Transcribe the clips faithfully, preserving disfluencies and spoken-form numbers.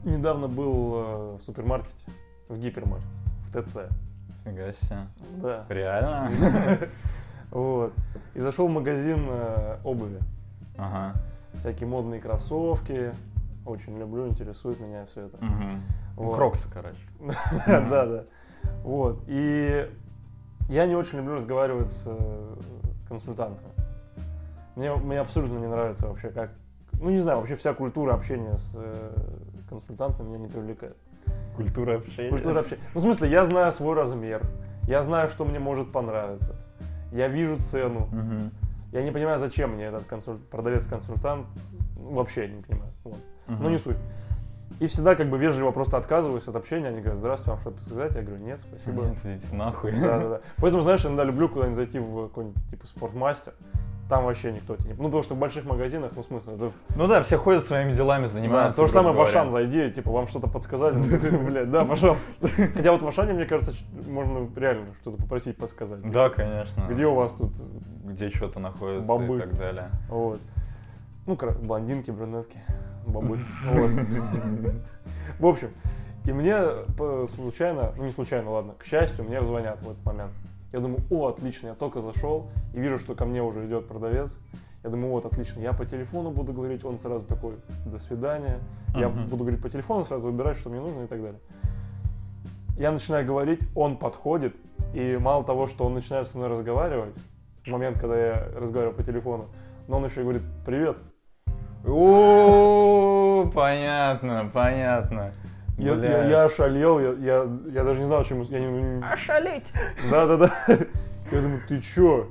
недавно был э, в супермаркете, в гипермаркете, в ТЦ. Фига себе. Да. Реально? Вот. И зашел в магазин э, обуви. Ага. Всякие модные кроссовки. Очень люблю, интересует меня все это. Вот. Кроксы, короче. Да, да. Вот. И я не очень люблю разговаривать с консультантами. Мне, мне абсолютно не нравится вообще, как... Ну, не знаю, вообще вся культура общения с консультантами меня не привлекает. Культура общения? Культура общения. Ну, в смысле, я знаю свой размер. Я знаю, что мне может понравиться. Я вижу цену. Угу. Я не понимаю, зачем мне этот консуль... продавец-консультант. Ну, вообще не понимаю. Вот. Угу. Но не суть. И всегда как бы вежливо просто отказываюсь от общения. Они говорят: здравствуйте, вам что-то сказать? Я говорю: нет, спасибо. Нет, идите нахуй. Да, да, да. Поэтому, знаешь, иногда люблю куда-нибудь зайти в какой-нибудь типа спортмастер. Там вообще никто тебе не... Ну, потому что в больших магазинах, ну, в смысле... Это... Ну да, все ходят своими делами, занимаются. Да, то же самое в Ашан зайди, типа, вам что-то подсказали, блядь, да, пожалуйста. Хотя вот в Ашане, мне кажется, можно реально что-то попросить подсказать. Да, конечно. Где у вас тут... Где что-то находится бобы. И так далее. Вот. Ну, блондинки, брюнетки, бобы. Вот. В общем, и мне случайно, ну не случайно, ладно, к счастью, мне звонят в этот момент. Я думаю: о, отлично, я только зашел и вижу, что ко мне уже идет продавец. Я думаю: вот, отлично, я по телефону буду говорить, он сразу такой: до свидания. Я uh-huh. буду говорить по телефону, сразу выбирать, что мне нужно и так далее. Я начинаю говорить, он подходит, и мало того, что он начинает со мной разговаривать, в момент, когда я разговариваю по телефону, но он еще и говорит: привет. О, понятно, понятно. Я, я, я ошалел, я, я, я даже не знал, чему... Я не... Ошалеть! Да-да-да. Я думаю: ты чё?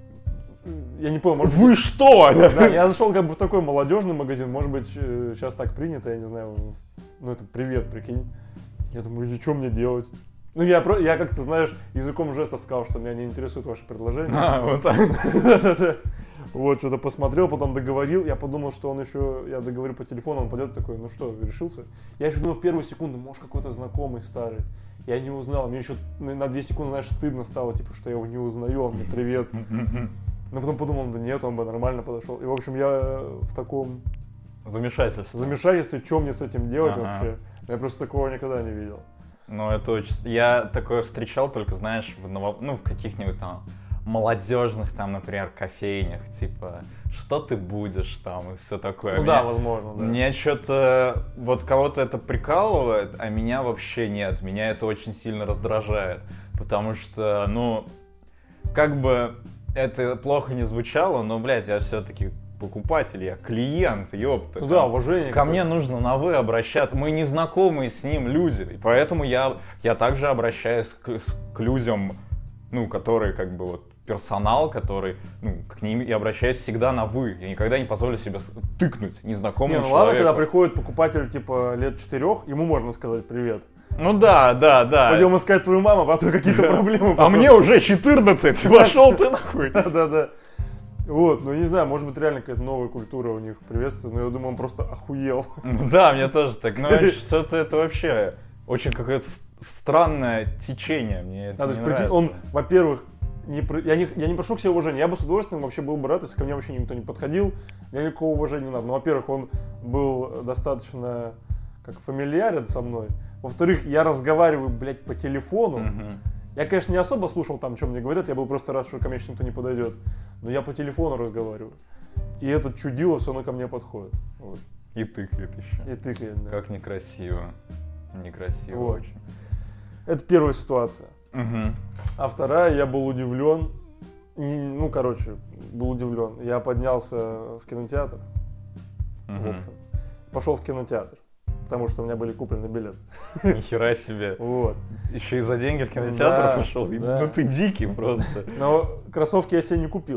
Я не понял, может... Вы что? Да, я зашел как бы в такой молодежный магазин, может быть, сейчас так принято, я не знаю. Ну, это привет, прикинь. Я думаю: и что мне делать? Ну, я, про... я как-то, знаешь, языком жестов сказал, что меня не интересует ваше предложение. А, вот так. Да-да-да. Вот, что-то посмотрел, потом договорил. Я подумал, что он еще, я договорю по телефону, он пойдет такой: ну что, решился? Я еще думал в первую секунду, может, какой-то знакомый старый. Я не узнал, мне еще на две секунды, знаешь, стыдно стало, типа, что я его не узнаю, он мне привет. Но потом подумал: да нет, он бы нормально подошел. И, в общем, я в таком... Замешательстве. Замешательстве, что мне с этим делать ага. вообще? Я просто такого никогда не видел. Ну, это очень... Я такое встречал только, знаешь, в, ново... ну, в каких-нибудь там молодежных, там, например, кофейнях, типа, что ты будешь там и все такое. Ну меня... да, возможно, да. Мне что-то, вот кого-то это прикалывает, а меня вообще нет. Меня это очень сильно раздражает, потому что, ну, как бы это плохо не звучало, но, блядь, я все-таки покупатель, я клиент, ёпта. Ну да, уважение. Ко мне нужно на «вы» обращаться. Мы не знакомые с ним люди, и поэтому я, я также обращаюсь к, к людям, ну, которые как бы вот персонал, который, ну, к ним я обращаюсь всегда на «вы». Я никогда не позволю себе тыкнуть незнакомому не, ну человеку. ладно, когда приходит покупатель, типа, лет четырех, ему можно сказать привет. Ну да, да, да. Пойдем искать твою маму, а то какие-то проблемы. А мне уже четырнадцать, пошел ты нахуй. Да-да-да. Вот, ну не знаю, может быть реально какая-то новая культура у них приветствует, но я думаю, он просто охуел. Да, мне тоже так, но что-то это вообще очень какое-то странное течение, мне это не нравится. Он, во-первых, Не, я, не, я не прошу к себе уважения, я бы с удовольствием вообще был бы рад, если ко мне вообще никто не подходил, мне никакого уважения не надо. Ну, во-первых, он был достаточно как фамильярен со мной, во-вторых, я разговариваю, блядь, по телефону. Mm-hmm. Я, конечно, не особо слушал там, что мне говорят, я был просто рад, что ко мне никто не подойдет, но я по телефону разговариваю, и этот чудило все равно ко мне подходит. Вот. И тыкает еще. И тыкает, да. Как некрасиво, некрасиво вот. Очень. Это первая ситуация. Угу. А вторая, я был удивлен, не, ну, короче, был удивлен. Я поднялся в кинотеатр, угу. в общем, пошел в кинотеатр, потому что у меня были куплены билеты. Нихера себе. Вот. Еще и за деньги в кинотеатр да, пошел. Да. Ну ты дикий просто. Но кроссовки я себе не купил.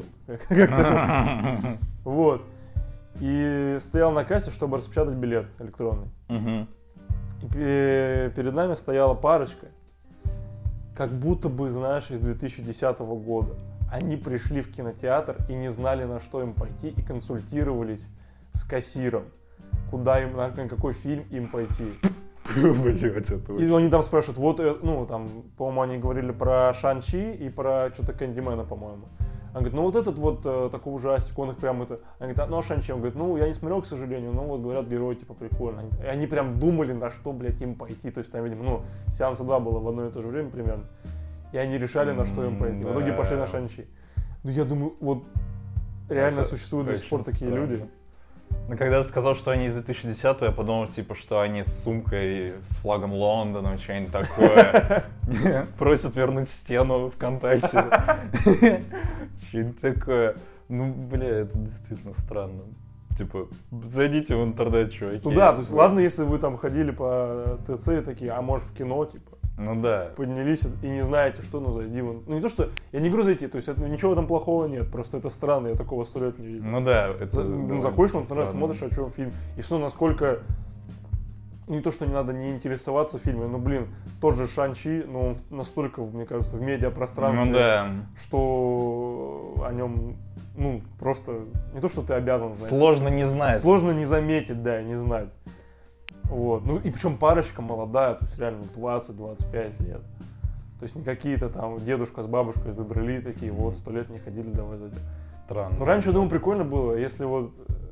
Вот. И стоял на кассе, чтобы распечатать билет электронный. И перед нами стояла парочка, как будто бы, знаешь, из две тысячи десятого года. Они пришли в кинотеатр и не знали, на что им пойти, и консультировались с кассиром, куда им, на какой фильм им пойти. Блять, это и они там спрашивают, вот, ну, там, по-моему, они говорили про Шан-Чи и про что-то Кэндимена, по-моему. Он говорит, ну вот этот вот э, такой ужастик, он их прям это... Он говорит, а, ну а Шан-Чи? Он говорит, ну я не смотрел, к сожалению, но вот говорят, герой типа прикольно. Они, и они прям думали, на что, блядь, им пойти. То есть там, видимо, ну, сеанса два было в одно и то же время примерно. И они решали, на что им пойти. В итоге пошли на Шан-Чи. Ну я думаю, вот реально это существуют до сих пор такие странно. Люди. Ну, когда ты сказал, что они из две тысячи десятого, я подумал, типа, что они с сумкой, с флагом Лондона, что-нибудь такое. Просят вернуть стену ВКонтакте. Что-нибудь такое. Ну, бля, это действительно странно. Типа, зайдите в интернет, чуваки. Ну да, то есть ладно, если вы там ходили по ТЦ и такие, а может в кино, типа. Ну да. Поднялись и не знаете, что, ну зайди в... Ну не то, что... Я не говорю зайти, то есть это, ничего там плохого нет, просто это странно, я такого сто лет не видел. Ну да. Это, ну заходишь в интернет, смотришь, о чем фильм, и все насколько... Не то, что не надо не интересоваться фильмом, но, блин, тот же Шан-Чи, ну он настолько, мне кажется, в медиапространстве, ну, да. что о нем, ну, просто... Не то, что ты обязан знать. Сложно не знать. Сложно не заметить, да, не знать. Вот. Ну и причем парочка молодая, то есть реально двадцать-двадцать пять лет. То есть не какие-то там дедушка с бабушкой изобрели такие, вот, сто лет не ходили, давай зайдем. Странно. Ну раньше, я думаю, прикольно было, если вот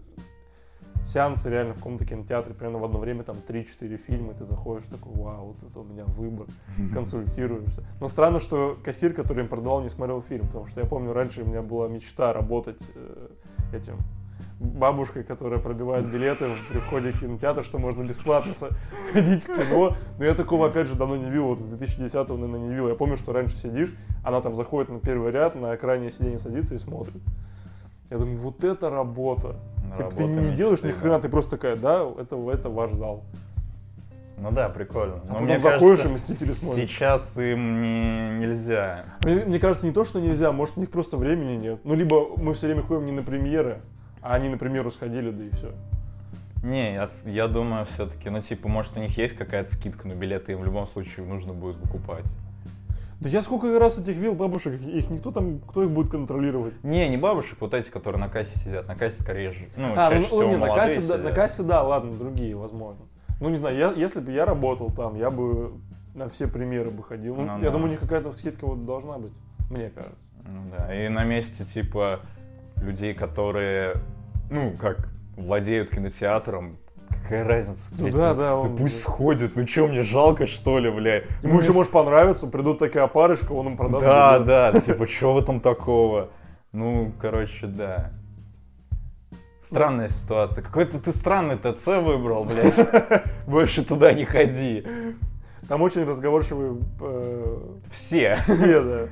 сеансы реально в каком-то кинотеатре примерно в одно время там три-четыре фильма, ты заходишь такой, вау, вот это у меня выбор, консультируешься. Но странно, что кассир, который им продавал, не смотрел фильм, потому что я помню, раньше у меня была мечта работать э, этим... бабушкой, которая пробивает билеты при входе в кинотеатр, что можно бесплатно ходить в кино. Но я такого, опять же, давно не видел. Вот с две тысячи десятого, наверное, не видел. Я помню, что раньше сидишь, она там заходит на первый ряд, на крайнее сиденье садится и смотрит. Я думаю, вот это работа. Работа ты не делаешь ни хрена, ты просто такая, да, это, это ваш зал. Ну да, прикольно. А но потом мне заходишь, кажется, и Мстители смотрят. Сейчас им не, нельзя. Мне, мне кажется, не то, что нельзя, может, у них просто времени нет. Ну, либо мы все время ходим не на премьеры, а они, например, сходили, да и все. Не, я, я думаю, все-таки, ну, типа, может, у них есть какая-то скидка на билеты, им в любом случае нужно будет выкупать. Да я сколько раз этих видел бабушек, их никто там, кто их будет контролировать? Не, не бабушек, вот эти, которые на кассе сидят, на кассе скорее же, ну, а, чаще ну, всего нет, на кассе, да, сидят. на кассе, да, ладно, другие, возможно. Ну, не знаю, я, если бы я работал там, я бы на все премьеры бы ходил. Ну, ну, я да. думаю, у них какая-то скидка вот должна быть, мне кажется. Ну, да, и на месте, типа, людей, которые, ну, как, владеют кинотеатром, какая разница, Ну блядь, да, ну, да, он... да пусть сходит, ну что, мне жалко, что ли, блядь? Ему ну, еще может понравиться, придут такая парочка, он им продаст. Да, да, типа, что в этом такого? Ну, короче, да. Странная ситуация. Какой-то ты странный ТЦ выбрал, блядь. Больше туда не ходи. Там очень разговорчивые э, все. Все, да.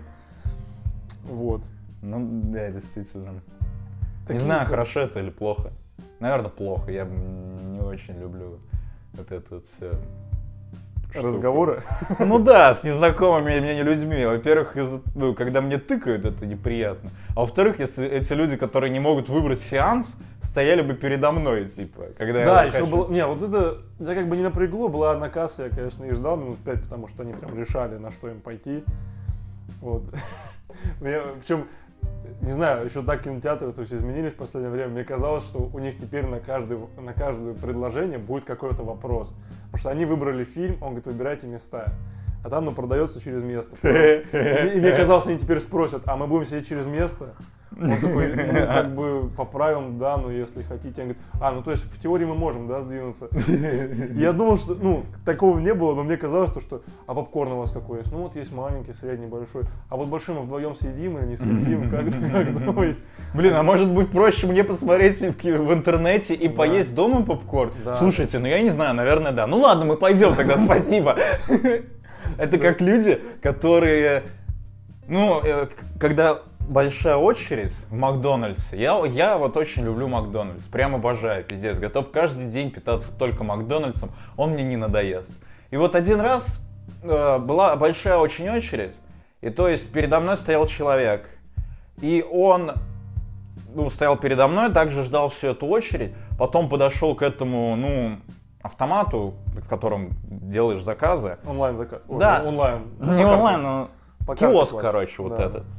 Вот. Ну, да, действительно. Такие не знаю, что... хорошо это или плохо. Наверное, плохо. Я не очень люблю вот это вот все. Разговоры? Ну да, с незнакомыми мне людьми. Во-первых, из- ну, когда мне тыкают, это неприятно. А во-вторых, если эти люди, которые не могут выбрать сеанс, стояли бы передо мной, типа, когда я Да, захочу. еще было... Не, вот это... Я как бы не напрягло, была одна касса, я, конечно, их ждал минут пять, потому что они прям решали, на что им пойти. Вот. Причем, не знаю, еще так кинотеатры, то есть, изменились в последнее время. Мне казалось, что у них теперь на, каждый, на каждое предложение будет какой-то вопрос. Потому что они выбрали фильм, он говорит, выбирайте места. А там, ну, продается через место. И мне казалось, они теперь спросят, а мы будем сидеть через место? Он такой, ну, как бы, по правилам, да, но если хотите. Он говорит, а, ну, то есть, в теории мы можем, да, сдвинуться. И я думал, что, ну, такого не было, но мне казалось, что, что, а попкорн у вас какой есть? Ну, вот есть маленький, средний, большой. А вот большой мы вдвоем съедим или не съедим? Как, как думаете? Блин, а может быть проще мне посмотреть в, в интернете и да. поесть дома попкорн? Да. Слушайте, ну я не знаю, наверное, да. Ну ладно, мы пойдем тогда, спасибо. Это как люди, которые, ну, когда большая очередь в Макдональдсе, я, я вот очень люблю Макдональдс, прям обожаю, пиздец, готов каждый день питаться только Макдональдсом, он мне не надоест. И вот один раз э, была большая очень очередь, и то есть передо мной стоял человек, и он, ну, стоял передо мной, также ждал всю эту очередь, потом подошел к этому, ну, автомату, в котором делаешь заказы. Онлайн-заказ. Да. Ой, онлайн. Не онлайн, но по киоск, короче, вот да. этот.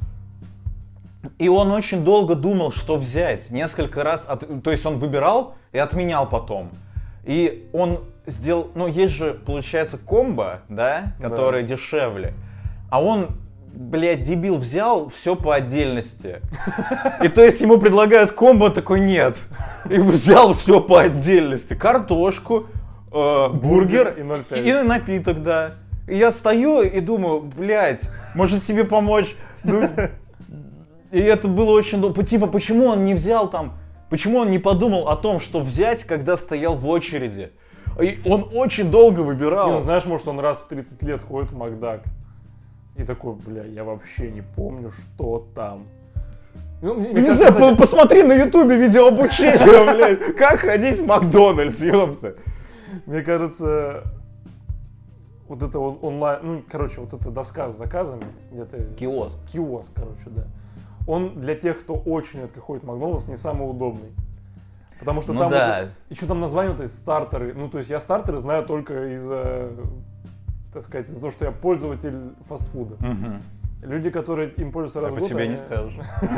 И он очень долго думал, что взять. Несколько раз, от... то есть он выбирал и отменял потом. И он сделал, ну есть же, получается, комбо, да, которое да. дешевле. А он блядь, дебил взял все по отдельности. И то есть ему предлагают комбо, он такой нет. И взял все по отдельности. Картошку, э, бургер и ноль пять. И напиток, да. И я стою и думаю, блядь, может тебе помочь? Ну, и это было очень долго. Типа, почему он не взял там, почему он не подумал о том, что взять, когда стоял в очереди? И он очень долго выбирал. Не, ну, знаешь, может, он раз в тридцать лет ходит в Макдак. И такой, бля, я вообще не помню, что там. Ну, мне, не мне знаю, кажется, посмотри на ютубе видео обучения, блядь. Как ходить в Макдональдс, ёпта. Мне кажется, вот это он, онлайн, ну, короче, вот эта доска с заказами, где-то... Киоск. Киоск, короче, да. Он для тех, кто очень редко ходит в Макдональдс, не самый удобный. Потому что ну, там... Да. Вот, еще там название вот эти стартеры. Ну, то есть я стартеры знаю только из-за, так сказать, из-за того, что я пользователь фастфуда. Угу. Люди, которые им пользуются раз А в по год... тебе они... не скажешь.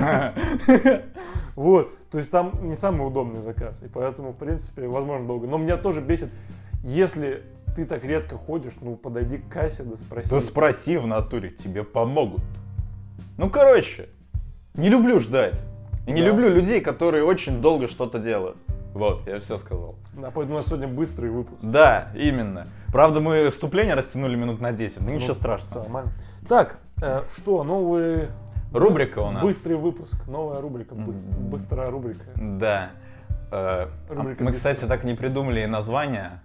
Вот. То есть там не самый удобный заказ. И поэтому, в принципе, возможно, долго. Но меня тоже бесит, если ты так редко ходишь, ну, подойди к кассе, да спроси. Да спроси в натуре, тебе помогут. Ну, короче, не люблю ждать. И не Да. люблю людей, которые очень долго что-то делают. Вот, я все сказал. Да, поэтому у нас сегодня быстрый выпуск. Да, именно. Правда, мы вступление растянули минут на десять, но ничего Ну, страшного. всё нормально. Так, э, что, новый... Рубрика у нас. Быстрый выпуск, новая рубрика, быс- М. быстрая рубрика. Да. Э, Рубрика Мы, без- кстати, так и не придумали название.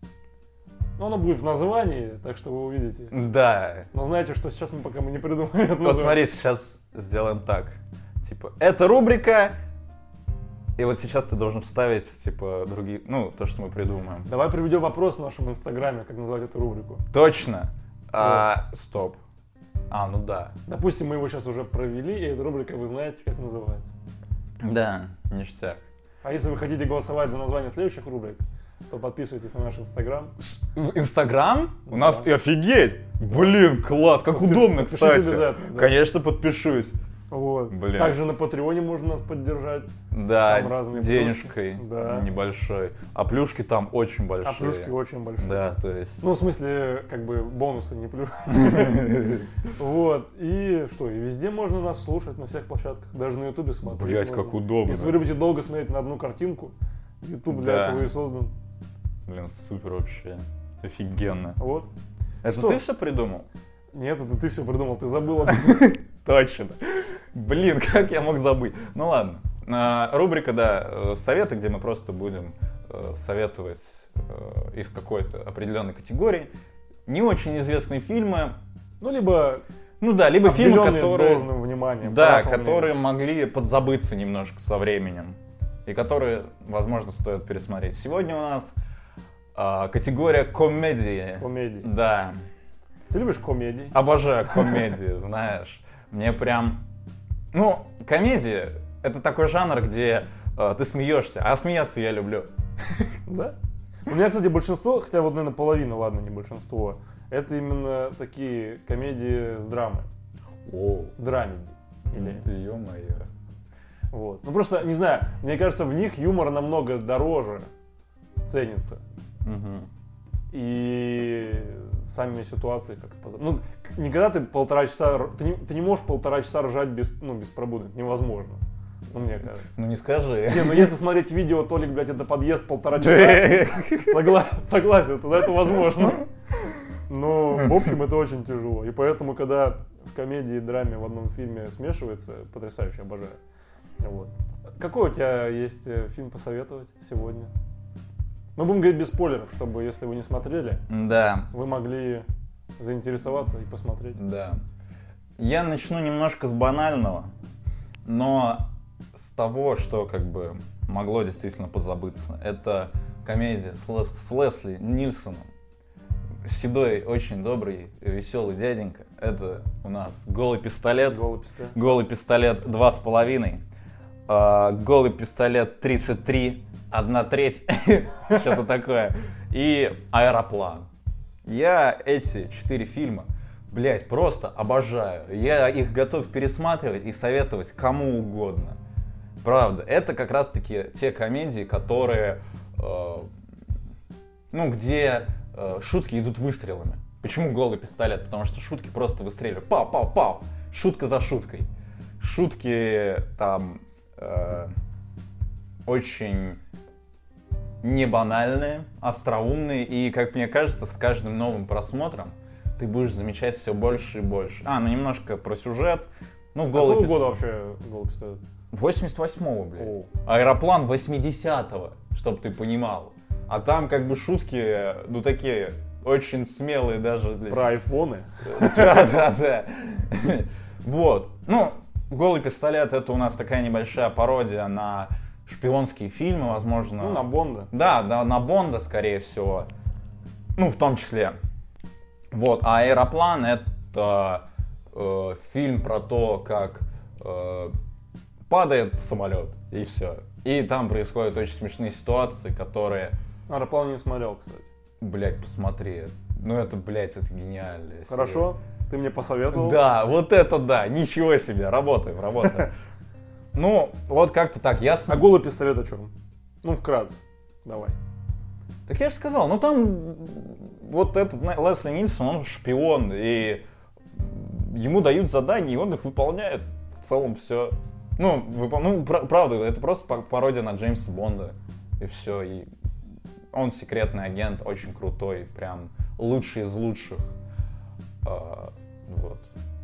Но оно будет в названии, так что вы увидите. Да. Но знаете, что сейчас мы пока мы не придумали это Вот название. смотри, сейчас сделаем так. Типа, это рубрика, и вот сейчас ты должен вставить, типа, другие, ну, то, что мы придумаем. Давай приведем вопрос в нашем инстаграме, как назвать эту рубрику. Точно. А, стоп. А, ну да. Допустим, мы его сейчас уже провели, и эта рубрика, вы знаете, как называется. Да, ништяк. А если вы хотите голосовать за название следующих рубрик, то подписывайтесь на наш инстаграм. Инстаграм? У нас Да. и офигеть! Блин, класс, как Подпи- удобно, подпишись кстати. обязательно, да. Конечно, подпишусь. Вот. Блин. Также на Патреоне можно нас поддержать. Да, Там разные денежкой плюшки. Да. небольшой. А плюшки там очень большие. А плюшки очень большие. Да, то есть... Ну, в смысле, как бы бонусы, не плюшки. Вот. И что, и везде можно нас слушать, на всех площадках. Даже на Ютубе смотреть. Блять, можно. как удобно. Если вы любите долго смотреть на одну картинку, Ютуб для Да. этого и создан. Блин, супер вообще. Офигенно. Вот. Это Что? ты все придумал? Нет, это ты все придумал, ты забыл об этом. Точно. Блин, как я мог забыть? Ну ладно. А, рубрика, да, э, советы, где мы просто будем э, советовать э, из какой-то определенной категории не очень известные фильмы. Ну, либо Ну да, либо фильмы, обделенные которые... должным вниманием. Да, по вашему которые мнению. могли подзабыться немножко со временем. И которые, возможно, стоит пересмотреть. Сегодня у нас а, категория комедии. Комедии. Да. Ты любишь комедии? Обожаю комедии, знаешь. Мне прям... Ну, комедия — это такой жанр, где э, ты смеешься, а смеяться я люблю. Да? У меня, кстати, большинство, хотя вот, наверное, половина, ладно, не большинство, это именно такие комедии с драмой. О, Драмеди. Или... ё-моё. Вот. Ну просто, не знаю, мне кажется, в них юмор намного дороже ценится. Мгм. И сами ситуации как-то... поза- Ну, никогда ты полтора часа... р- Ты не, ты не можешь полтора часа ржать без, ну, беспробудно. Это невозможно. Ну, мне кажется. Ну не скажи. Не, ну если смотреть видео, Толик, блядь, это подъезд полтора часа, согла- согласен, тогда это возможно. Но, в общем, это очень тяжело. И поэтому, когда в комедии и драме в одном фильме смешивается, потрясающе, обожаю. Вот. Какой у тебя есть э, фильм посоветовать сегодня? Мы будем говорить без спойлеров, чтобы, если вы не смотрели, Да, вы могли заинтересоваться и посмотреть. да. Я начну немножко с банального, но с того, что как бы могло действительно позабыться. Это комедия с, Лес- с Лесли Нильсоном. Седой, очень добрый, веселый дяденька. Это у нас «Голый пистолет». Голый пистолет. «Голый пистолет» два с половиной. а, «Голый пистолет» тридцать три, одна треть, что-то такое. И «Аэроплан». Я эти четыре фильма, блять, просто обожаю. Я их готов пересматривать и советовать кому угодно. Правда, это как раз-таки те комедии, которые, э, ну, где э, шутки идут выстрелами. Почему голый пистолет? Потому что шутки просто выстреливают. Пау-пау-пау. Шутка за шуткой. Шутки там э, очень не банальные, остроумные. И, как мне кажется, с каждым новым просмотром ты будешь замечать все больше и больше. А, ну немножко про сюжет. Ну, голый Какого пистолет. года вообще голый пистолет? восемьдесят восьмого, блядь. О. Аэроплан восьмидесятого, чтоб ты понимал. А там как бы шутки, ну такие, очень смелые даже для... Про айфоны? Да-да-да. Вот. Ну, «Голый пистолет» — это у нас такая небольшая пародия на шпионские фильмы, возможно. Ну, на Бонда. Да, да, на Бонда, скорее всего. Ну, в том числе. Вот. А «Аэроплан» — это э, фильм про то, как э, падает самолет, и все. И там происходят очень смешные ситуации, которые... Аэроплан не смотрел, кстати. Блять, посмотри. Ну это, блять, это гениально. Хорошо? Ты мне посоветовал? Да, вот это да, ничего себе, работаем, работаем. Ну, вот как-то так, я... А голый пистолет о чем? Ну, вкратце. Давай. Так я же сказал, ну там вот этот Лесли Нильсон, он шпион, и ему дают задания, и он их выполняет. В целом все. Ну, выпол... ну пр- правда, это просто пародия на Джеймса Бонда, и все. И он секретный агент, очень крутой, прям лучший из лучших. А, вот.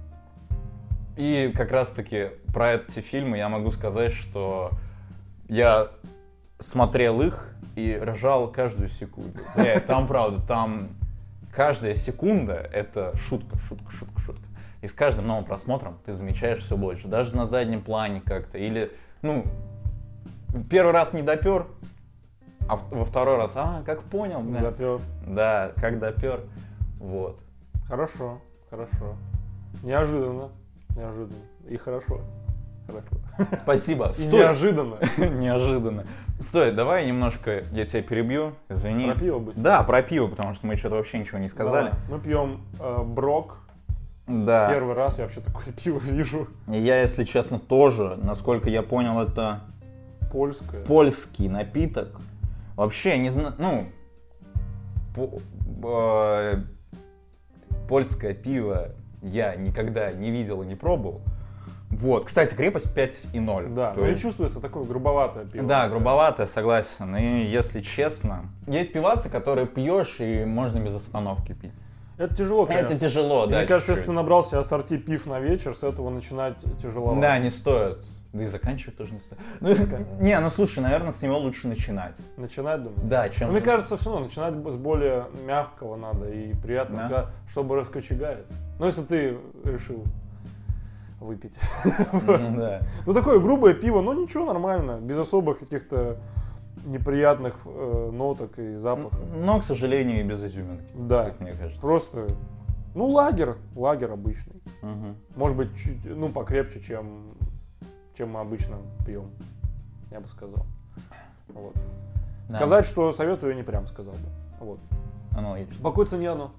И как раз-таки про эти фильмы я могу сказать, что я смотрел их и ржал каждую секунду. Бля, там правда, там каждая секунда это шутка, шутка, шутка, шутка. И с каждым новым просмотром ты замечаешь все больше. Даже на заднем плане как-то. Или, ну, первый раз не допер, а во второй раз, а, как понял. Не допер. Да, как допер. Вот. Хорошо, хорошо. Неожиданно. Неожиданно. И хорошо. Хорошо. Спасибо. И Стой. неожиданно. Неожиданно. Стой, давай немножко я тебя перебью, извини. Про пиво быстро. Да, про пиво, потому что мы что-то вообще ничего не сказали. Давай. Мы пьем э, Брок. Да. Первый раз я вообще такое пиво вижу. И я, если честно, тоже, насколько я понял, это Польское. польский напиток. Вообще, не знаю, ну, по- э, польское пиво я никогда не видел и не пробовал. Вот, кстати, крепость пять и ноль. Да, То ну и есть- чувствуется такое грубоватое пиво. Да, грубоватое, согласен. И если честно, есть пивасы, которые пьешь и можно без остановки пить. Это тяжело, конечно. Это тяжело, И да. Мне кажется, если чуть-чуть. ты набрал себе ассорти пив на вечер, с этого начинать тяжеловато. Да, не стоит. Да и заканчивать тоже не стоит. Ну, не, ну слушай, наверное, с него лучше начинать. Начинать, думаю? Да, чем... Но мне кажется, все равно начинать с более мягкого надо и приятного, Да. когда- чтобы раскочегариться. Ну, если ты решил выпить. Ну, да. Ну, такое грубое пиво, но ничего, нормально. Без особых каких-то неприятных э, ноток и запахов. Но, к сожалению, и без изюминки. Да. Как мне кажется. Просто, ну, лагерь, лагерь обычный. Мгм. Может быть, чуть, ну, покрепче, чем, чем мы обычно пьем, я бы сказал. Вот. Да. Сказать, что советую, я не прям сказал бы. Вот. Аналогично. По какой цене оно?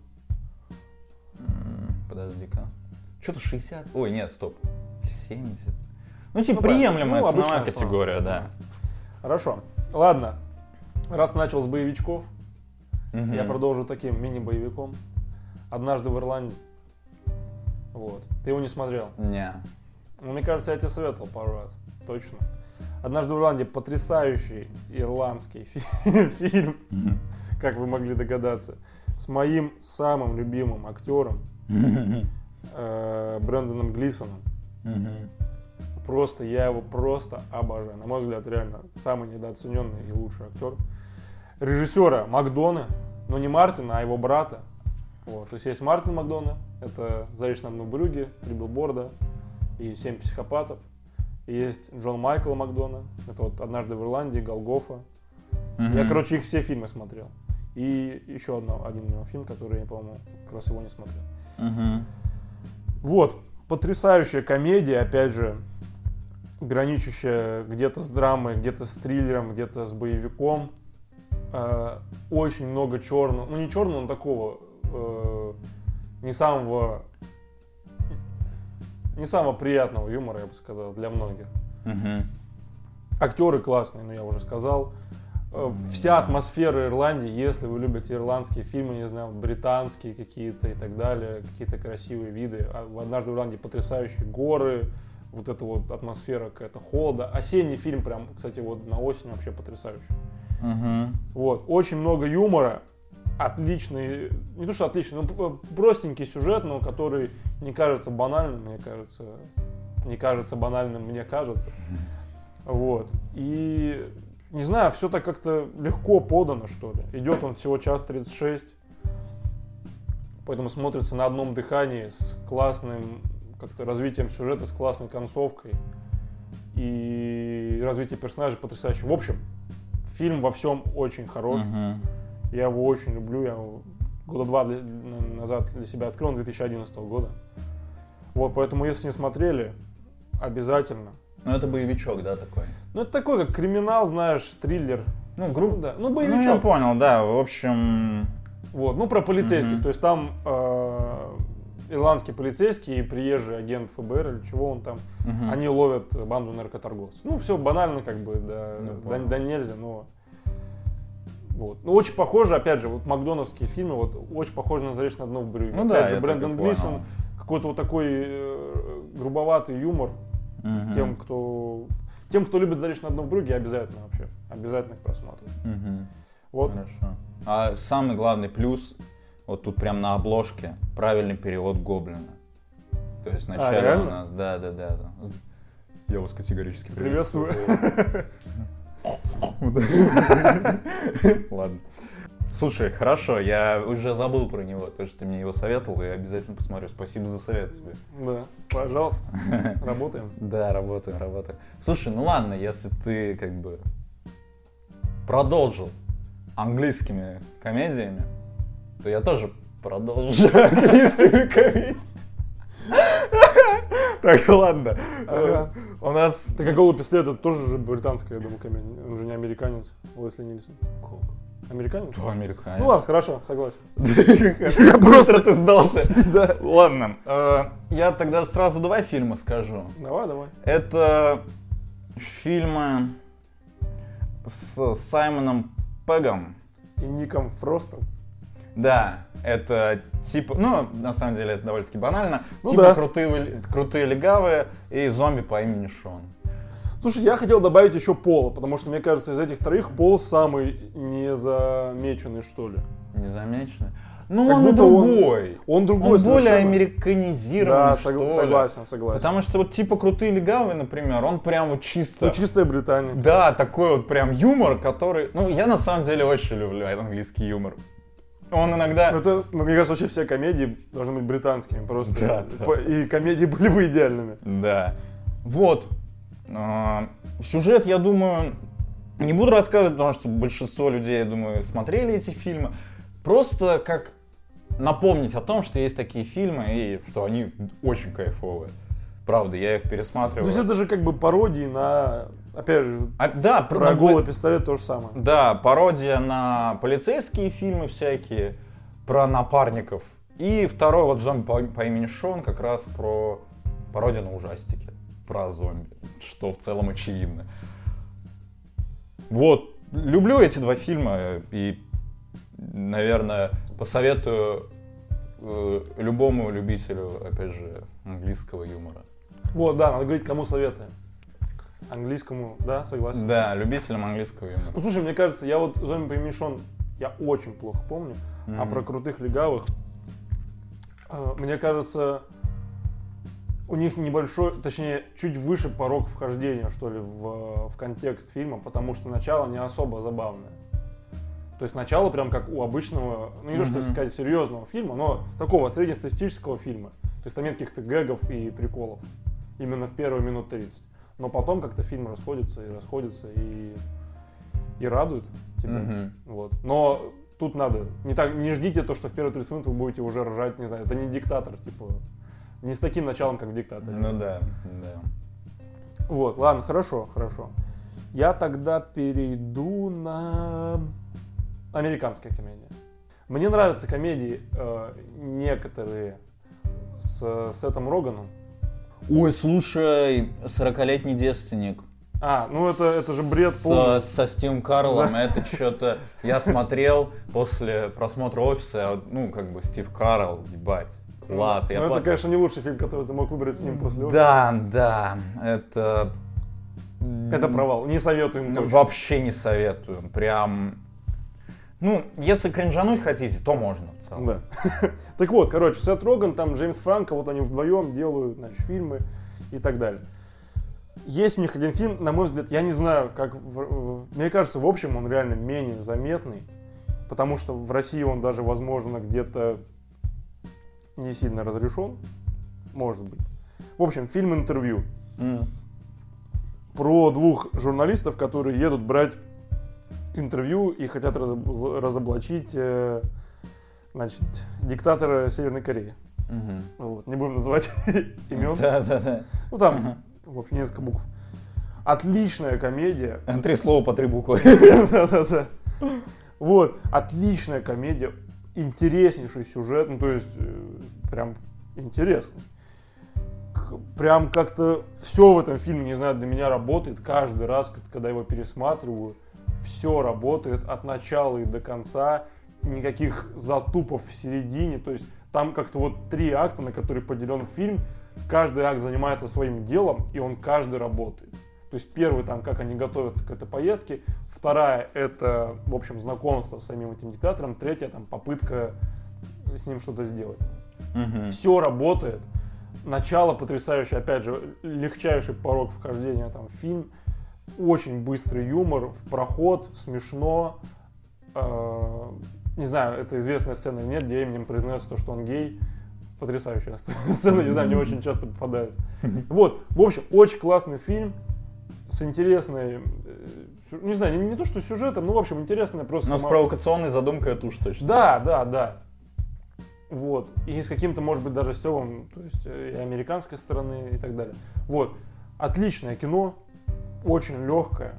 М, Подожди-ка. Что-то шестьдесят. Ой, нет, стоп. семьдесят. Ну, типа, Ну, приемлемая ну, ценовая обычная цена. категория, да. Хорошо. Ладно. Раз начал с боевичков, Мгм. я продолжу таким мини-боевиком. «Однажды в Ирландии». Вот. Ты его не смотрел? Не. Ну, мне кажется, я тебе советовал пару раз. Точно. «Однажды в Ирландии» — потрясающий ирландский фи- фильм, как вы могли догадаться, с моим самым любимым актером э, Брэндоном Глисоном. Мгм. Просто, я его просто обожаю. На мой взгляд, реально самый недооцененный и лучший актер. Режиссера Макдона, но не Мартина, а его брата. Вот. То есть есть Мартин Макдона, это «Заячь на дно Брюгге», «Три билборда» и «Семь психопатов». И есть Джон Майкл Макдона, это вот «Однажды в Ирландии», «Голгофа». Мгм. Я, короче, их все фильмы смотрел. И еще одно, один у него фильм, который я, по-моему, как раз его не смотрел. Мгм. Вот, потрясающая комедия, опять же, граничащая где-то с драмой, где-то с триллером, где-то с боевиком. Э, очень много черного, ну не черного, но такого, э, не самого, не самого приятного юмора, я бы сказал, для многих. Мгм. Актеры классные, ну я уже сказал. Вся атмосфера Ирландии, если вы любите ирландские фильмы, не знаю, британские какие-то и так далее, какие-то красивые виды. «Однажды в Ирландии» потрясающие горы, вот эта вот атмосфера какая-то холода. Осенний фильм прям, кстати, вот на осень вообще потрясающий. Угу. Вот, очень много юмора, отличный, не то что отличный, но простенький сюжет, но который не кажется банальным, мне кажется, не кажется банальным, мне кажется. Вот, и... Не знаю, все так как-то легко подано, что ли. Идет он всего час тридцать шесть, поэтому смотрится на одном дыхании с классным как-то развитием сюжета, с классной концовкой. И развитие персонажей потрясающе. В общем, фильм во всем очень хорош. Uh-huh. Я его очень люблю. Я его года два для, назад для себя открыл, две тысячи одиннадцатого года. Вот, поэтому, если не смотрели, обязательно. Ну, это боевичок, да, такой? Ну, это такой, как криминал, знаешь, триллер. Ну, грубо, да. Ну, боевичок. Ну, я понял, да, в общем... Вот, ну, про полицейских. Mm-hmm. То есть там э, ирландский полицейский и приезжий агент эф бэ эр или чего он там, mm-hmm. они ловят банду наркоторговцев. Ну, все банально, как бы, да, mm-hmm. да, да нельзя, но... Вот. Ну, очень похоже, опять же, вот макдоновские фильмы, вот, очень похожи на «Заречь на дно в брюге». Ну, опять да, же, Брэндон Глисон, какой-то вот такой э, грубоватый юмор. Uh-huh. Тем, кто, тем, кто любит «Заречь на дно в брюге», обязательно вообще, обязательно к просмотру. Uh-huh. Вот. Хорошо. А самый главный плюс, вот тут прям на обложке, правильный перевод «Гоблина». То есть вначале а, у нас, да, да, да, да. Я вас категорически приветствую. Ладно. Слушай, хорошо, я уже забыл про него, то, что ты мне его советовал, и обязательно посмотрю. Спасибо за совет тебе. Да, пожалуйста. Работаем? Да, работаем, работаем. Слушай, ну ладно, если ты как бы продолжил английскими комедиями, то я тоже продолжу английскими комедиями. Так, ладно. Ага. У нас... Так как «Голый пистолет» это тоже же британская, я думаю, комедия. Он же не американец, Лесли Нильсон. Американец? Да, американец. Ну ладно, хорошо, согласен. Просто ты сдался. Да. Ладно, я тогда сразу два фильма скажу. Давай, давай. Это фильмы с Саймоном Пеггом. И Ником Фростом. Да, это типа, ну, на самом деле это довольно-таки банально. Ну, типа да. крутые, крутые легавые и зомби по имени Шон. Слушай, я хотел добавить еще Пола, потому что, мне кажется, из этих троих Пол самый незамеченный, что ли. Незамеченный? Ну, как он и другой. Он, он другой Он совершенно. более американизированный, да, что согла- ли. согласен, согласен. Потому что вот типа крутые легавые, например, он прям вот чисто... Ну, чистая Британия. Да, такой вот прям юмор, который... Ну, я на самом деле очень люблю английский юмор. Он иногда... Это, мне кажется, вообще все комедии должны быть британскими. Просто. Да, да. И комедии были бы идеальными. Да. Вот. Сюжет, я думаю, не буду рассказывать, потому что большинство людей, я думаю, смотрели эти фильмы. Просто как напомнить о том, что есть такие фильмы и что они очень кайфовые. Правда, я их пересматриваю. То есть это же как бы пародии на, опять же, а, да, про, про про «Голый пистолет» то же самое. Да, пародия на полицейские фильмы всякие, про напарников. И второй вот «Зомби по, по имени Шон» как раз про пародию на ужастики. Про зомби, что в целом очевидно. Вот, люблю эти два фильма и, наверное, посоветую э, любому любителю, опять же, английского юмора. Вот, да, надо говорить, кому советуем. Английскому, да, согласен. Да, любителям английского юмора. Ну, слушай, мне кажется, я вот «Зомби по имени Шон» я очень плохо помню, mm-hmm. а про крутых легавых, э, мне кажется... У них небольшой, точнее, чуть выше порог вхождения, что ли, в, в контекст фильма, потому что начало не особо забавное. То есть начало прям как у обычного, ну не то, что сказать, серьезного фильма, но такого среднестатистического фильма. То есть там нет каких-то гэгов и приколов. Именно в первые минут тридцать. Но потом как-то фильм расходится и расходится и, и радует тебя. Mm-hmm. Вот. Но тут надо, не, так, не ждите то, что в первые тридцать минут вы будете уже ржать, не знаю, это не диктатор, типа... Не с таким началом, как в «Диктаторе». Ну да, да. Вот, ладно, хорошо, хорошо. Я тогда перейду на американские комедии. Мне нравятся комедии э, некоторые с Сетом Роганом. Ой, слушай, «Сорокалетний девственник». А, ну это, это же бред Со, полный. со Стивом Карлом, это что-то... Я смотрел после просмотра «Офиса», ну, как бы, Стив Карл, ебать, класс. Я Ну пла- это, конечно, не лучший фильм, который ты мог выбрать с ним после «Офиса». Да, да, это... Это провал, не советуем Ну, точно. вообще не советую, прям... Ну, если кринжануть хотите, то можно в целом. Да. Так вот, короче, Сет Роган, там Джеймс Франко, вот они вдвоем делают, значит, фильмы и так далее. Есть у них один фильм, на мой взгляд, я не знаю, как... в- Мне кажется, в общем, он реально менее заметный, потому что в России он даже, возможно, где-то не сильно разрешен, может быть. В общем, фильм «Интервью». М. Про двух журналистов, которые едут брать интервью и хотят разоб- разоблачить, э, значит, диктатора Северной Кореи. Мгм. Вот, не будем называть имен. Да, да, да. Ну там, в общем, несколько букв. Отличная комедия. Три слова по три буквы. Да-да-да. Вот, отличная комедия, интереснейший сюжет, ну то есть э, прям интересный. К- Прям как-то все в этом фильме, не знаю, для меня работает каждый раз, к- когда его пересматриваю. Все работает от начала и до конца, никаких затупов в середине. То есть там как-то вот три акта, на которые поделен фильм. Каждый акт занимается своим делом, и он каждый работает. То есть первый там, как они готовятся к этой поездке, вторая это, в общем, знакомство с самим этим диктатором, третья там попытка с ним что-то сделать. Мгм. Все работает. Начало потрясающее, опять же, легчайший порог вхождения там, в фильм. Очень быстрый юмор, в проход, смешно. Э, не знаю, это известная сцена или нет, где Эминем признается то, что он гей. Потрясающая сцена, не знаю, мне очень часто попадается. Вот, в общем, очень классный фильм с интересной, э, сю- не знаю, не, не то что сюжетом, ну, в общем, интересная просто Но с сама- провокационной задумкой это уж точно. Да, да, да. Вот. И с каким-то, может быть, даже стёбом, то есть э, и американской стороны и так далее. Вот. Отличное кино, очень легкое.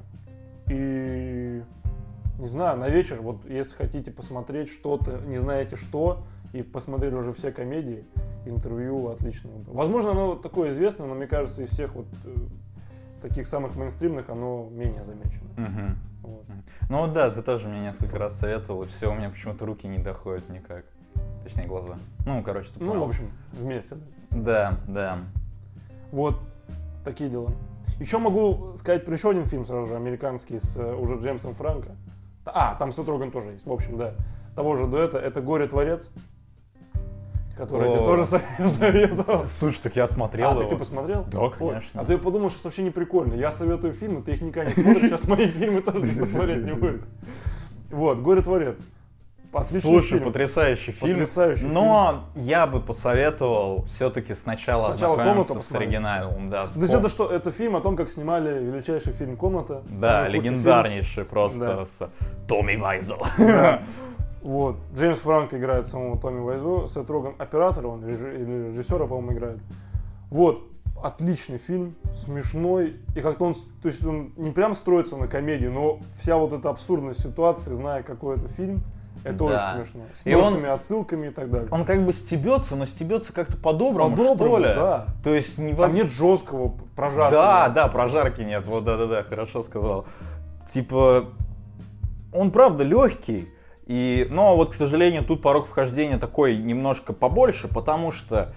И не знаю, на вечер, вот если хотите посмотреть что-то, не знаете что, и посмотрели уже все комедии, «Интервью» отлично. Возможно, оно такое известное, но мне кажется, из всех вот э, таких самых мейнстримных оно менее замечено. Мгм. Вот. Ну вот да, ты тоже мне несколько раз советовал, и все, у меня почему-то руки не доходят никак. Точнее, глаза. Ну, короче, ты Ну, понял. в общем, вместе. Да, да. Вот такие дела. Еще могу сказать про еще один фильм сразу же, американский, с э, уже Джеймсом Франко. А, там Сет Роген тоже есть. В общем, да. Того же дуэта. Это «Горе-творец», который я тебе О. тоже со- советовал. Слушай, так я смотрел А, его. так ты посмотрел? Да, Ой, конечно. а ты подумал, что вообще не прикольно. Я советую фильмы, ты их никогда не смотришь, сейчас мои фильмы тоже никто смотреть не будет. Вот, «Горе-творец». Отличный Слушай, фильм. потрясающий фильм. Потрясающий Но я бы посоветовал все-таки сначала, Сначала ознакомиться «Комнату» с посмотреть. оригиналом. Да, с То есть ком- это что? Это фильм о том, как снимали величайший фильм «Комната». Да, Самый худший легендарнейший просто Да. с Томми Вайзел. Да. Вот. Джеймс Франко играет самого Томми Вайзо, Сет Роган оператор, он режи- или режиссера, по-моему, играет. Вот. Отличный фильм, смешной. И как-то он, с- то есть он не прям строится на комедии, но вся вот эта абсурдность ситуации, зная, какой это фильм, это Да. очень смешно. С И он- множественными отсылками и так далее. Он как бы стебется, но стебется как-то по-доброму, По-доброму, что ли. да. То есть не во- Там нет жесткого прожарки. Да, да, прожарки нет. Вот, да-да-да, хорошо сказал. Типа, он правда легкий. И, но вот, к сожалению, тут порог вхождения такой немножко побольше, потому что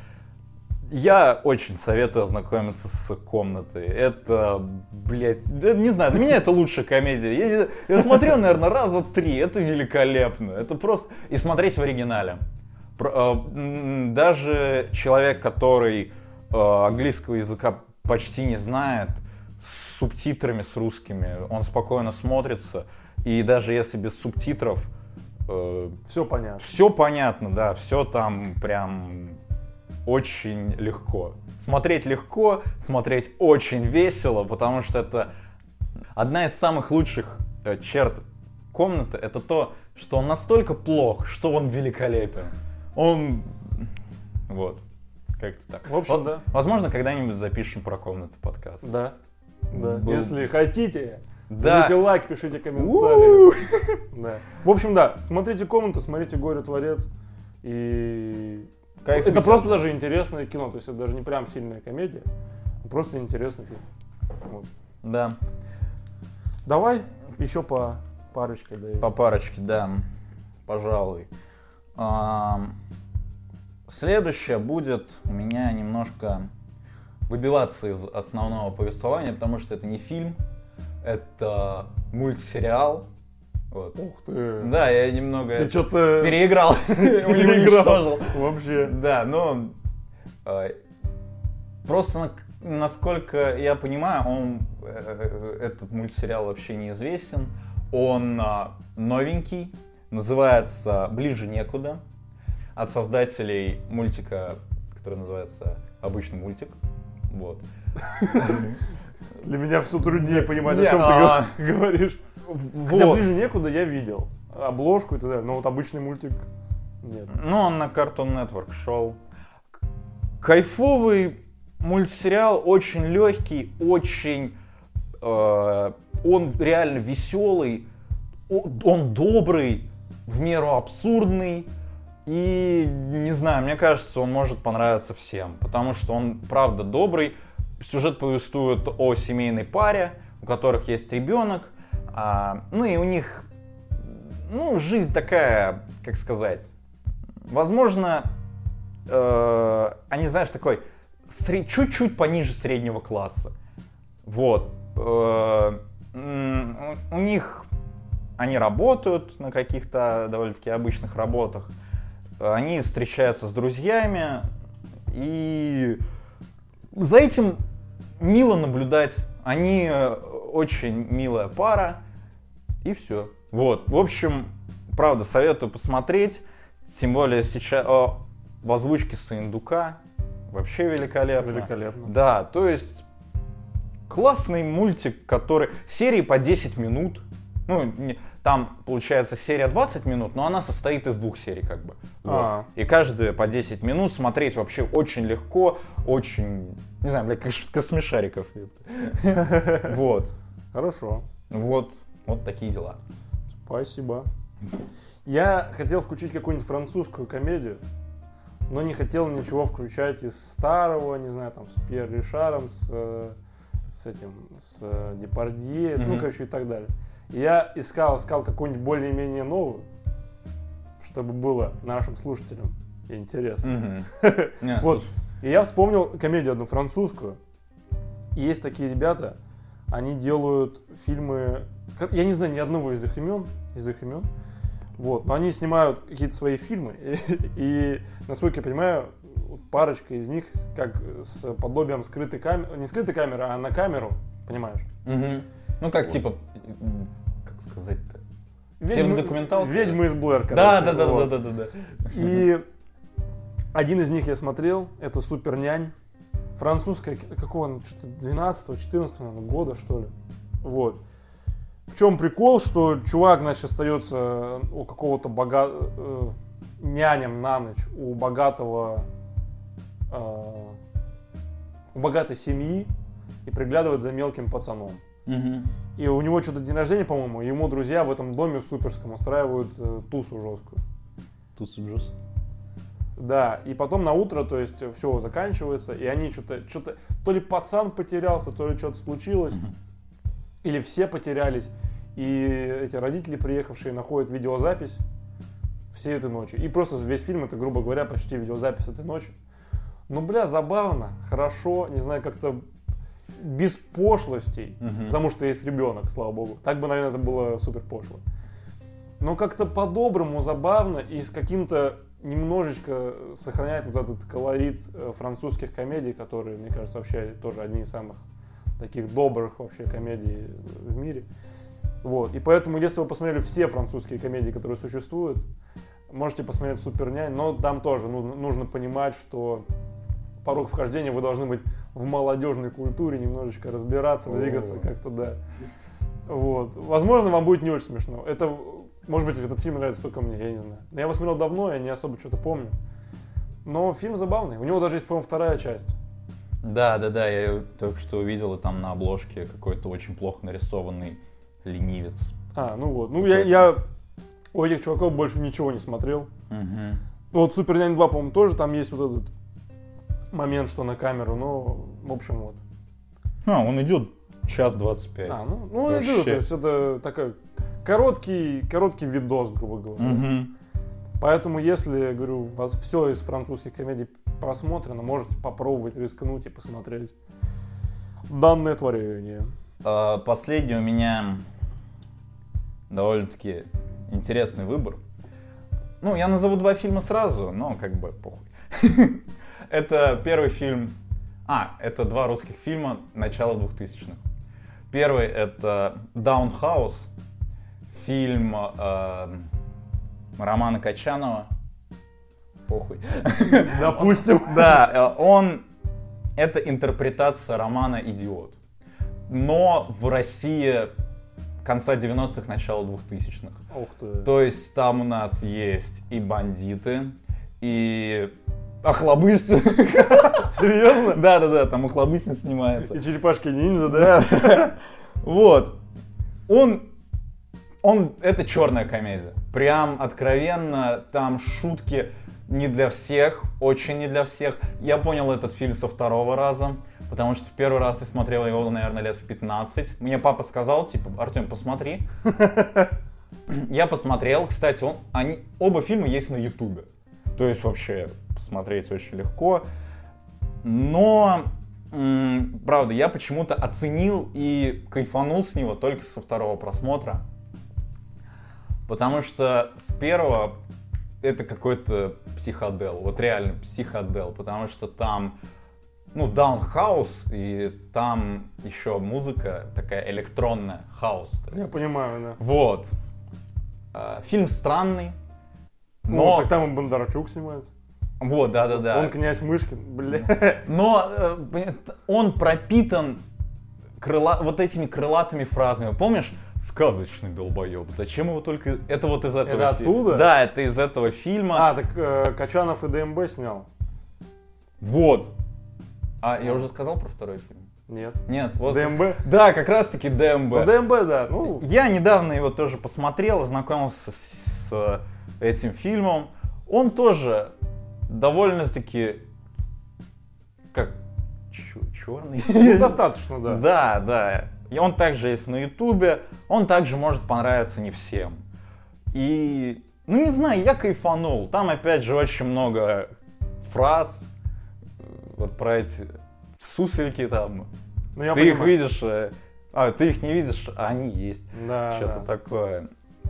я очень советую ознакомиться с «Комнатой». Это, блядь, да, не знаю, для меня это лучшая комедия. Я, я смотрел, наверное, раза три. Это великолепно. Это просто... И смотреть в оригинале. Про- э, м, Даже человек, который э, английского языка почти не знает, с субтитрами, с русскими, он спокойно смотрится. И даже если без субтитров, Все понятно. все понятно, да, все там прям очень легко. Смотреть легко, смотреть очень весело, потому что это одна из самых лучших э, черт «Комнаты», это то, что он настолько плох, что он великолепен. Он... Вот. Как-то так. В общем, Во- да. Возможно, когда-нибудь запишем про «Комнату» подкаст. Да. Да. Был- Если хотите, Да. ставьте лайк, пишите комментарии. Да. В общем, да, смотрите «Комнату», смотрите «Горе-творец». И Кайфуйте. это просто даже интересное кино. То есть это даже не прям сильная комедия, а просто интересный фильм. Вот. Да. Давай еще по парочке. Да. По парочке, да. Пожалуй. А, следующее будет у меня немножко выбиваться из основного повествования, потому что это не фильм, это мультсериал. Вот. Ух ты. Да, я немного ты что-то переиграл. Переиграл. Вообще. Да, но просто насколько я понимаю, он этот мультсериал вообще неизвестен. Он новенький, называется «Ближе некуда», от создателей мультика, который называется «Обычный мультик». Вот. Для меня все труднее понимать, о чем ты говоришь. Хотя «Ближе некуда» я видел. Обложку и так далее, но вот обычный мультик нет. Ну, он на Cartoon Network шел. Кайфовый мультсериал, очень легкий, очень... Э, он реально веселый, он добрый, в меру абсурдный. И, не знаю, мне кажется, он может понравиться всем. Потому что он, правда, добрый. Сюжет повествует о семейной паре, у которых есть ребенок. А, ну и у них, ну, жизнь такая, как сказать, возможно, э, они, знаешь, такой сред... чуть-чуть пониже среднего класса. Вот. Э, у них, они работают на каких-то довольно-таки обычных работах. Они встречаются с друзьями, и за этим мило наблюдать. Они очень милая пара, и все. Вот, в общем, правда, советую посмотреть. Тем более сейчас о, в озвучке Саиндука вообще великолепно. Великолепно. Да, то есть классный мультик, который... Серии по десять минут. Ну, не, там, получается, серия двадцать минут, но она состоит из двух серий, как бы. Вот. И каждая по десять минут смотреть вообще очень легко, очень, не знаю, бля, как космешариков. Вот. Хорошо. Вот, вот такие дела. Спасибо. Я хотел включить какую-нибудь французскую комедию, но не хотел ничего включать из старого, не знаю, там, с Пьер Ришаром, с, с этим, с Депардье, mm-hmm. ну, короче, и так далее. Я искал, искал какую-нибудь более-менее новую, чтобы было нашим слушателям интересно. Mm-hmm. Yeah, вот. И я вспомнил комедию одну французскую. И есть такие ребята, они делают фильмы, я не знаю ни одного из их имен, из их имен, вот, но они снимают какие-то свои фильмы, и, и насколько я понимаю, парочка из них как с подобием скрытой камеры, не скрытой камеры, а на камеру, понимаешь? Угу. Ну как вот. Типа, как сказать-то? Псевдодокументалка? Ведьмы из Блэр, короче. Да, да, да, вот. да, да, да, да. И один из них я смотрел, это «Супер нянь». Французская, какого, что-то двенадцатого-четырнадцатого года, что ли. Вот. В чем прикол, что чувак, значит, остается у какого-то бога... э, няням на ночь у богатого, э, у богатой семьи и приглядывает за мелким пацаном. Угу. И у него что-то день рождения, по-моему, и ему друзья в этом доме суперском устраивают э, тусу жесткую. Тусу жесткую. Да, и потом на утро, то есть, все заканчивается, и они что-то, что-то, то ли пацан потерялся, то ли что-то случилось, mm-hmm. или все потерялись, и эти родители, приехавшие, находят видеозапись всей этой ночи. И просто весь фильм, это, грубо говоря, почти видеозапись этой ночи. Ну, бля, забавно, хорошо, не знаю, как-то без пошлостей, mm-hmm. потому что есть ребенок, слава богу. Так бы, наверное, это было супер пошло. Но как-то по-доброму, забавно и с каким-то немножечко сохраняет вот этот колорит французских комедий, которые, мне кажется, вообще тоже одни из самых таких добрых вообще комедий в мире. Вот. И поэтому, если вы посмотрели все французские комедии, которые существуют, можете посмотреть «Супер нянь», но там тоже нужно, нужно понимать, что порог вхождения вы должны быть в молодежной культуре, немножечко разбираться, двигаться как-то, да. Вот. Возможно, вам будет не очень смешно. Это... Может быть, этот фильм нравится только мне, я не знаю. Я его смотрел давно, я не особо что-то помню. Но фильм забавный. У него даже есть, по-моему, вторая часть. Да, да, да, я только что увидел, и там на обложке какой-то очень плохо нарисованный ленивец. А, ну вот. Ну, я, я у этих чуваков больше ничего не смотрел. Угу. Вот «Супер нянь два», по-моему, тоже там есть вот этот момент, что на камеру. Но, в общем, вот. А, он идет час двадцать пять. А, ну, ну я говорю, то есть это такой короткий, короткий видос, грубо говоря. Угу. Поэтому, если, говорю, у вас все из французских комедий просмотрено, можете попробовать рискнуть и посмотреть данное творение. Последний у меня довольно-таки интересный выбор. Ну, я назову два фильма сразу, но как бы похуй. Это первый фильм... А, это два русских фильма начала двухтысячных. Первый — это «Даунхаус», фильм э, Романа Качанова. Похуй. Допустим. Да, он... Это интерпретация романа «Идиот». Но в России конца девяностых, начала двухтысячных. Ух ты. То есть там у нас есть и бандиты, и Охлобыстин. Серьезно? Да-да-да, там Охлобыстин снимается. И черепашки-ниндзя, да? Вот. Он, он, это черная комедия. Прям откровенно, там шутки не для всех, очень не для всех. Я понял этот фильм со второго раза, потому что в первый раз я смотрел его, наверное, лет в пятнадцать. Мне папа сказал, типа, Артем, посмотри. Я посмотрел. Кстати, он, они, оба фильма есть на Ютубе. То есть вообще посмотреть очень легко. Но, м- правда, я почему-то оценил и кайфанул с него только со второго просмотра. Потому что с первого это какой-то психодел. Вот реально психодел. Потому что там, ну, даунхаус, и там еще музыка такая электронная, хаус. Я понимаю, да. Вот. Фильм странный. Но... Но... Ну, так там и Бондарчук снимается. Вот, да-да-да. Он князь Мышкин, бля. Но он пропитан крыла... вот этими крылатыми фразами. Помнишь? Сказочный долбоеб. Зачем его только... Это вот из этого это фильма. оттуда? Да, это из этого фильма. А, так э, Качанов и ДМБ снял. Вот. А, я уже сказал про второй фильм? Нет. Нет, вот. ДМБ? Да, как раз таки ДМБ. Ну, ДМБ, да. Ну... Я недавно его тоже посмотрел, ознакомился с, с этим фильмом. Он тоже довольно-таки как черный. Ну, достаточно, да. Да, да. И он также есть на Ютубе. Он также может понравиться не всем. И, ну не знаю, я кайфанул. Там опять же очень много фраз. Вот про эти сусельки там. Ну, я ты понимаю. их видишь, а ты их не видишь, а они есть. Да, Что-то да. такое.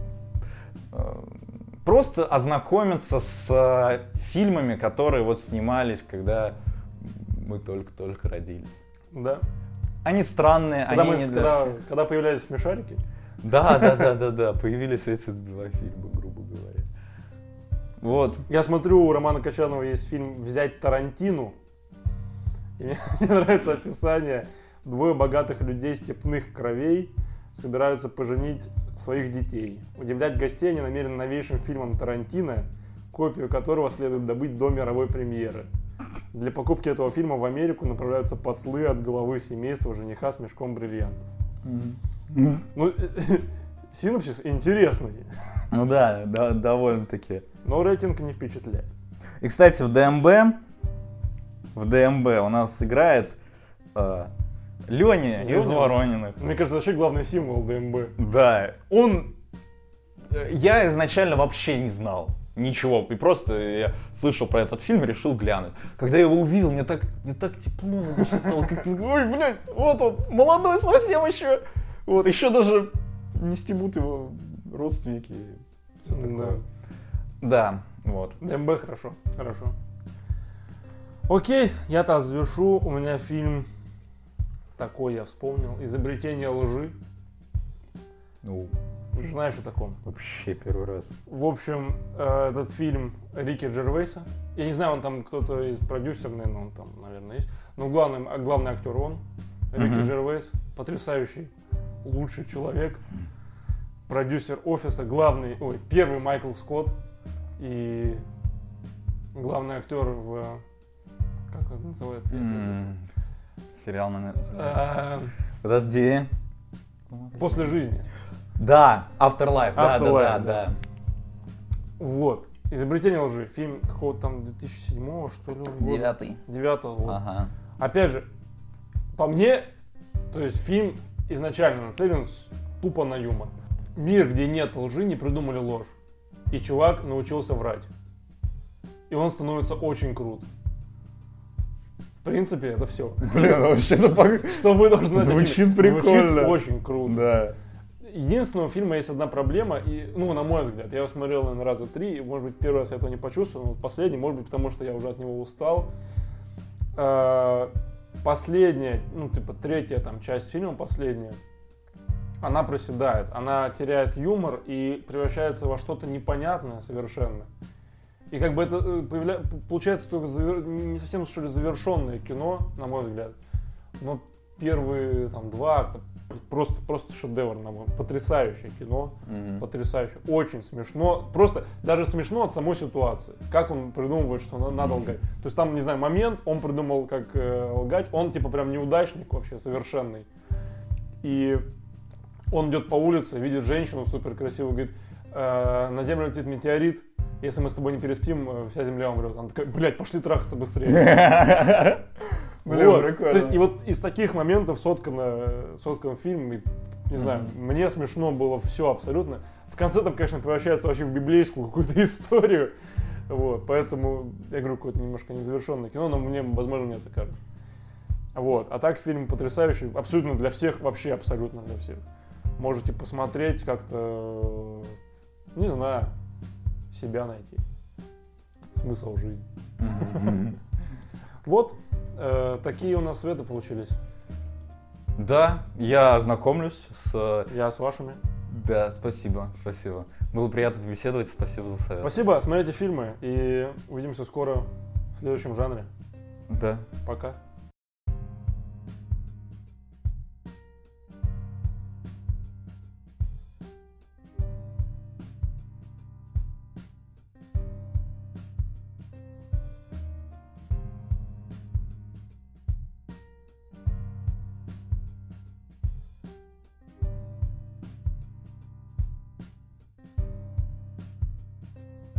Просто ознакомиться с фильмами, которые вот снимались, когда мы только-только родились. Да. Они странные, Когда, они мы, не для когда, всех. когда появлялись смешарики. Да, да, да, да, да. Появились эти два фильма, грубо говоря. Вот. Я смотрю, у Романа Качанова есть фильм «Взять Тарантину». И мне, мне нравится описание. Двое богатых людей степных кровей собираются поженить своих детей. Удивлять гостей они намерены новейшим фильмом Тарантино, копию которого следует добыть до мировой премьеры. Для покупки этого фильма в Америку направляются послы от главы семейства жениха с мешком бриллиантов. Mm-hmm. Ну, синопсис интересный. Ну да, да, довольно-таки. Но рейтинг не впечатляет. И, кстати, в ДМБ, в ДМБ у нас играет э, Леня из Ворониных. Мне кажется, вообще главный символ ДМБ. Да, он... Я изначально вообще не знал ничего. И просто я слышал про этот фильм, решил глянуть. Когда я его увидел, мне так, мне так тепло на душе стало. Как-то, ой, блядь, вот он, молодой совсем еще. Вот, еще даже не стебут его родственники. Все такое. Да, вот. ДМБ хорошо, хорошо. Окей, я-то завершу. У меня фильм такой, я вспомнил. «Изобретение лжи». Ну, Ты же знаешь о таком. вообще первый раз. В общем, э, этот фильм Рики Джервейса. Я не знаю, он там кто-то из продюсеров, наверное, он там, наверное, есть. Но главный, а главный актер он. Рики Мгм. Джервейс. Потрясающий, лучший человек. Продюсер офиса, главный, ой, первый Майкл Скотт. И главный актер в... Как он называется? М, Сериал на... Э, Подожди. «После жизни». Да, Afterlife, да, да, Afterlife, да, да. да. Вот. «Изобретение лжи». Фильм какого-то там две тысячи седьмого, что ли? года. Девятый. Девятого. Вот. Ага. Опять же, по мне, То есть фильм изначально нацелен тупо на юмор. Мир, где нет лжи, не придумали ложь. И чувак научился врать. И он становится очень крут. В принципе, это все. Блин, вообще что вы должны знать. Звучит прикольно. Звучит очень круто. Да. Единственное, у фильма есть одна проблема, и, ну, на мой взгляд, я его смотрел, наверное, раза три, и, может быть, первый раз я этого не почувствовал, но последний, может быть, потому что я уже от него устал. Последняя, ну, типа, третья там часть фильма, последняя, она проседает, она теряет юмор и превращается во что-то непонятное совершенно. И как бы это появля... получается только завер... не совсем, что ли, завершенное кино, на мой взгляд, но первые там два акта просто, просто шедевр, на мой взгляд. Потрясающее кино, mm-hmm. потрясающее, очень смешно, просто даже смешно от самой ситуации, как он придумывает, что надо mm-hmm. лгать. То есть там, не знаю, момент, он придумал, как э, лгать, он типа прям неудачник вообще, совершенный. И он идет по улице, видит женщину супер красивую, говорит, э, на Землю летит метеорит, если мы с тобой не переспим, вся Земля умрет. Она такая, блядь, пошли трахаться быстрее. Блин, вот. прикольно. То есть, и вот из таких моментов соткан, соткан фильм, и, не знаю, mm-hmm. мне смешно было все абсолютно. В конце там, конечно, превращается вообще в библейскую какую-то историю, вот, поэтому, я говорю, какое-то немножко незавершенное кино, но мне, возможно, мне это кажется. Вот, а так фильм потрясающий, абсолютно для всех, вообще абсолютно для всех. Можете посмотреть как-то, не знаю, себя найти, смысл жизни. Mm-hmm. Вот. Э, такие у нас светы получились. Да, я знакомлюсь с... Я с вашими. Да, спасибо, спасибо. Было приятно побеседовать, спасибо за совет. Спасибо, смотрите фильмы и увидимся скоро в следующем жанре. Да. Пока.